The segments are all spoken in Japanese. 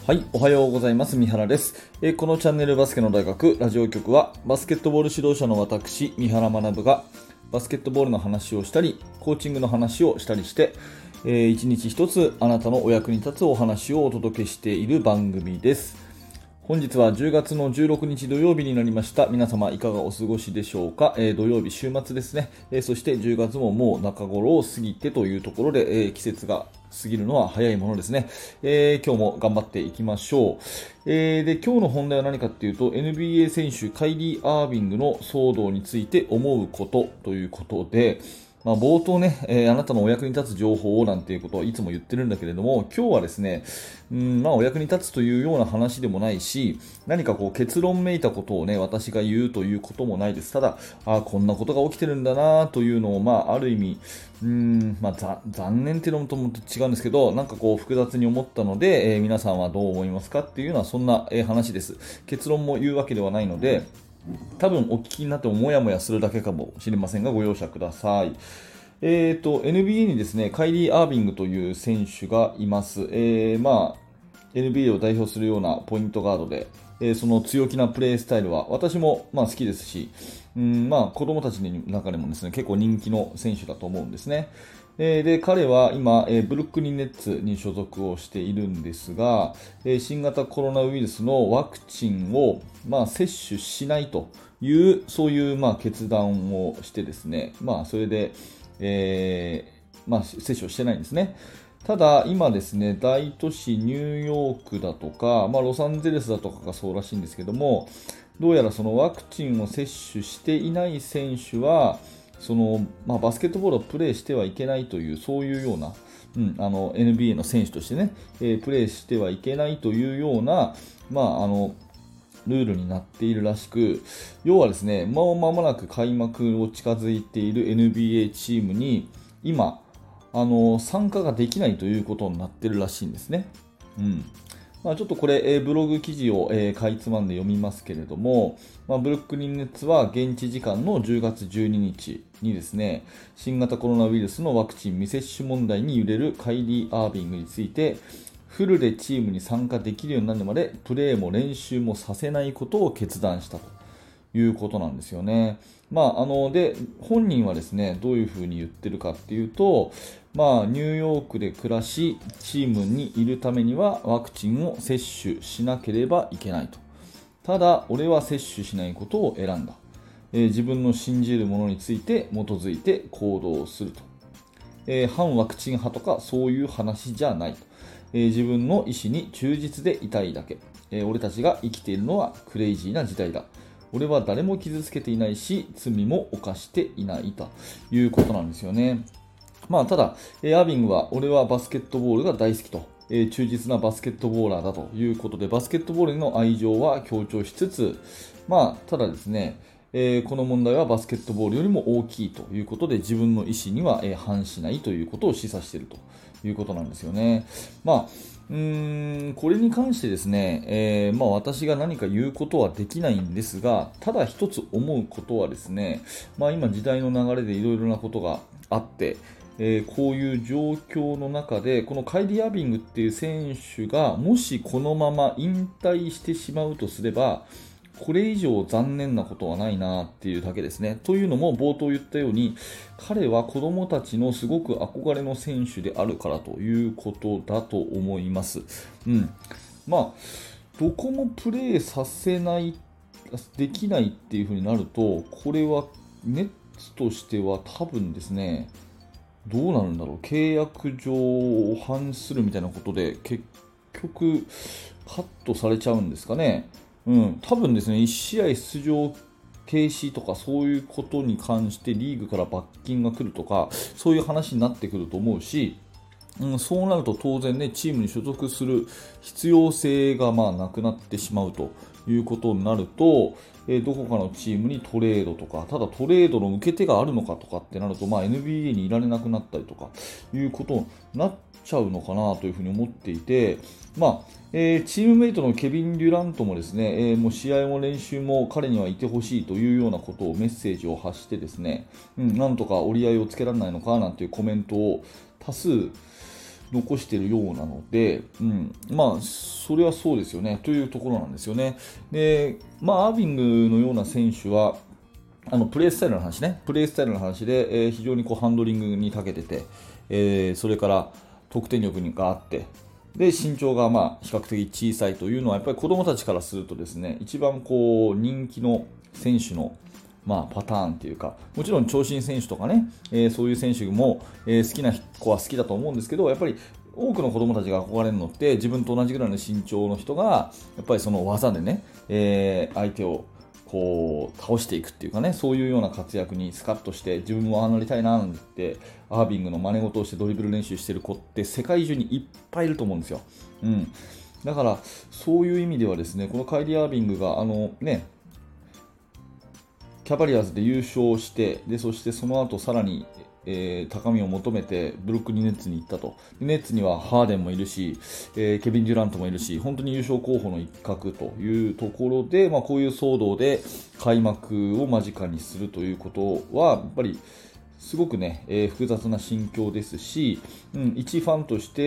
はい、おはようございます。三原です。このチャンネルバスケの大学ラジオ局はバスケットボール指導者の私、三原学がバスケットボールの話をしたり、コーチングの話をしたりして、一日一つあなたのお役に立つお話をお届けしている番組です。本日は10月の16日土曜日になりました。皆様いかがお過ごしでしょうか。土曜日週末ですね。そして10月ももう中頃を過ぎてというところで、季節が過ぎるのは早いものですね。今日も頑張っていきましょう。で、今日の本題は何かっていうと、NBA 選手カイリー・アービングの騒動について思うことということで、冒頭ね、あなたのお役に立つ情報をなんていうことをいつも言ってるんだけれども、今日はですね、お役に立つというような話でもないし、何かこう結論めいたことをね、私が言うということもないです。ただ、こんなことが起きてるんだなというのを、ある意味、残念っていうのとも違うんですけど、なんかこう複雑に思ったので、皆さんはどう思いますかっていうのはそんな、話です。結論も言うわけではないので、多分お聞きになってももやもやするだけかもしれませんがご容赦ください。NBA にですね、カイリー・アービングという選手がいます。NBA を代表するようなポイントガードで、その強気なプレースタイルは私も好きですし、子供たちの中でもですね、結構人気の選手だと思うんですね。で、彼は今、ブルックリンネッツに所属をしているんですが、新型コロナウイルスのワクチンを、接種しないという、そういう、決断をしてですね、それで、接種をしてないんですね。ただ、今ですね、大都市ニューヨークだとか、ロサンゼルスだとかがそうらしいんですけども、どうやらそのワクチンを接種していない選手は、バスケットボールをプレーしてはいけないという、そういうような、NBA の選手としてね、プレーしてはいけないというような、ルールになっているらしく、要はですね、もう間もなく開幕を近づいている NBA チームに、今、参加ができないということになっているらしいんですね。ちょっとこれ、ブログ記事を、かいつまんで読みますけれども、ブルックリンネッツは現地時間の10月12日にですね、新型コロナウイルスのワクチン未接種問題に揺れるカイリー・アービングについて、フルでチームに参加できるようになるまでプレーも練習もさせないことを決断したということなんですよね。で、本人はですね、どういうふうに言ってるかっていうと、ニューヨークで暮らし、チームにいるためにはワクチンを接種しなければいけないと。ただ、俺は接種しないことを選んだ。自分の信じるものについて基づいて行動すると。反ワクチン派とかそういう話じゃないと。自分の意思に忠実でいたいだけ。俺たちが生きているのはクレイジーな時代だ。俺は誰も傷つけていないし、罪も犯していないということなんですよね。ただ、アービングは、俺はバスケットボールが大好きと、忠実なバスケットボーラーだということで、バスケットボールへの愛情は強調しつつ、ただですね、この問題はバスケットボールよりも大きいということで、自分の意思には、反しないということを示唆しているということなんですよね。これに関してですね、私が何か言うことはできないんですが、ただ一つ思うことはですね、今時代の流れでいろいろなことがあって、こういう状況の中で、このカイリー・アービングっていう選手が、もしこのまま引退してしまうとすれば、これ以上残念なことはないなっていうだけですね。というのも冒頭言ったように、彼は子供たちのすごく憧れの選手であるからということだと思います。どこもプレーさせない、できないっていう風になると、これはネッツとしては多分ですね、どうなるんだろう、契約上を反するみたいなことで結局カットされちゃうんですかね。多分ですね、1試合出場停止とかそういうことに関してリーグから罰金が来るとか、そういう話になってくると思うし、そうなると当然ね、チームに所属する必要性がなくなってしまうということになると、どこかのチームにトレードとか、ただトレードの受け手があるのかとかってなると、NBA にいられなくなったりとかいうことになっちゃうのかなというふうに思っていて、チームメイトのケビン・デュラントもですね、もう試合も練習も彼にはいてほしいというようなことをメッセージを発してですね、なんとか折り合いをつけられないのかなんていうコメントを多数残しているようなので、それはそうですよねというところなんですよね。で、アービングのような選手はプレースタイルの話ね、プレースタイルの話で、非常にハンドリングに長けてて、それから得点力があって、で身長が比較的小さいというのはやっぱり子どもたちからするとですね、一番人気の選手のパターンというか、もちろん長身選手とかね、そういう選手も、好きな子は好きだと思うんですけど、やっぱり多くの子どもたちが憧れるのって自分と同じぐらいの身長の人がやっぱりその技でね、相手を倒していくっていうかね、そういうような活躍にスカッとして自分もああなりたいななんてアービングの真似事をしてドリブル練習してる子って世界中にいっぱいいると思うんですよ。だからそういう意味ではですね、このカイリー・アービングがキャバリアーズで優勝して、そしてその後さらに、高みを求めてブルックリンネッツに行ったと。ネッツにはハーデンもいるし、ケビン・デュラントもいるし、本当に優勝候補の一角というところで、こういう騒動で開幕を間近にするということはやっぱりすごくね、複雑な心境ですし、一ファンとして、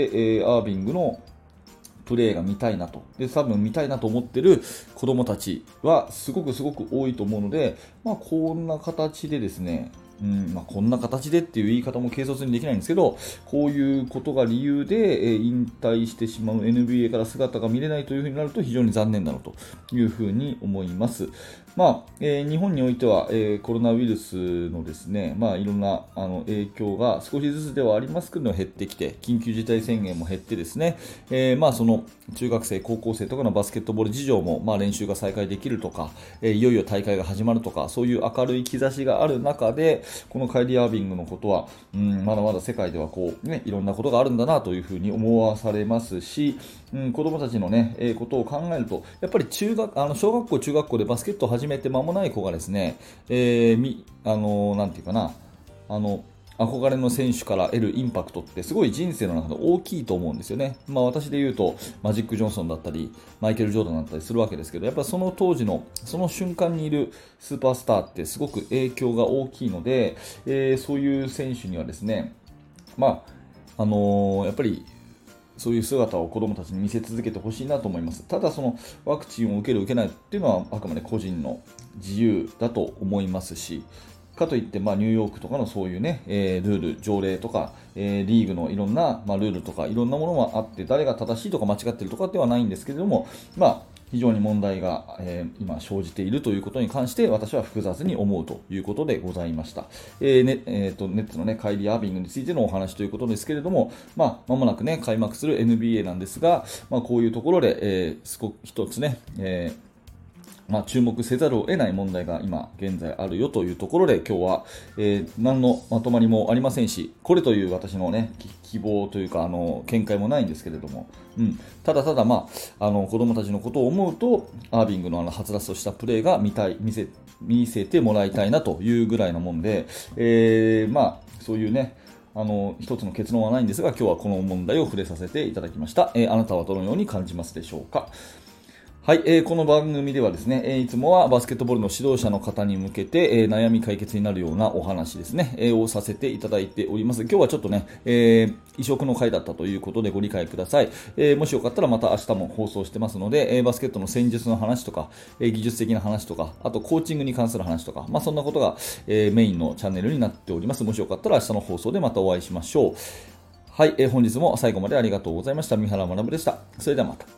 アービングのプレーが見たいなと。で、多分見たいなと思ってる子供たちはすごく多いと思うので、こんな形でですね、こんな形でっていう言い方も軽率にできないんですけど、こういうことが理由で引退してしまう NBA から姿が見れないというふうになると非常に残念だなというふうに思います。日本においては、コロナウイルスのですね、いろんな影響が少しずつではありますけど減ってきて、緊急事態宣言も減ってですね、その中学生、高校生とかのバスケットボール事情も、練習が再開できるとか、いよいよ大会が始まるとか、そういう明るい兆しがある中で、このカイリー・アービングのことは、まだまだ世界ではいろんなことがあるんだなというふうに思わされますし、子供たちのね、ことを考えると、やっぱり小学校、中学校でバスケットを始めて間もない子がですね、なんていうかな、憧れの選手から得るインパクトってすごい人生の中で大きいと思うんですよね。私で言うとマジック・ジョンソンだったりマイケル・ジョーダンだったりするわけですけど、やっぱりその当時のその瞬間にいるスーパースターってすごく影響が大きいので、そういう選手にはですね、やっぱりそういう姿を子どもたちに見せ続けてほしいなと思います。ただそのワクチンを受ける受けないっていうのはあくまで個人の自由だと思いますし、かといって、ニューヨークとかのそういうね、ルール、条例とか、リーグのいろんな、ルールとかいろんなものがあって、誰が正しいとか間違っているとかではないんですけれども、非常に問題が、今生じているということに関して私は複雑に思うということでございました。ネッツの、ね、カイリー・アービングについてのお話ということですけれども、間もなく、ね、開幕する NBA なんですが、こういうところで、一つね、注目せざるを得ない問題が今現在あるよというところで今日は、何のまとまりもありませんし、これという私のね希望というか見解もないんですけれども、ただ子供たちのことを思うとアービングのはつらつとしたプレーが見せてもらいたいなというぐらいのもんで、そういうね一つの結論はないんですが、今日はこの問題を触れさせていただきました。あなたはどのように感じますでしょうか。はい、この番組ではですね、いつもはバスケットボールの指導者の方に向けて、悩み解決になるようなお話ですね、をさせていただいております。今日はちょっとね、異色の回だったということでご理解ください。もしよかったらまた明日も放送してますので、バスケットの戦術の話とか、技術的な話とか、あとコーチングに関する話とか、そんなことが、メインのチャンネルになっております。もしよかったら明日の放送でまたお会いしましょう。はい、本日も最後までありがとうございました。三原学でした。それではまた。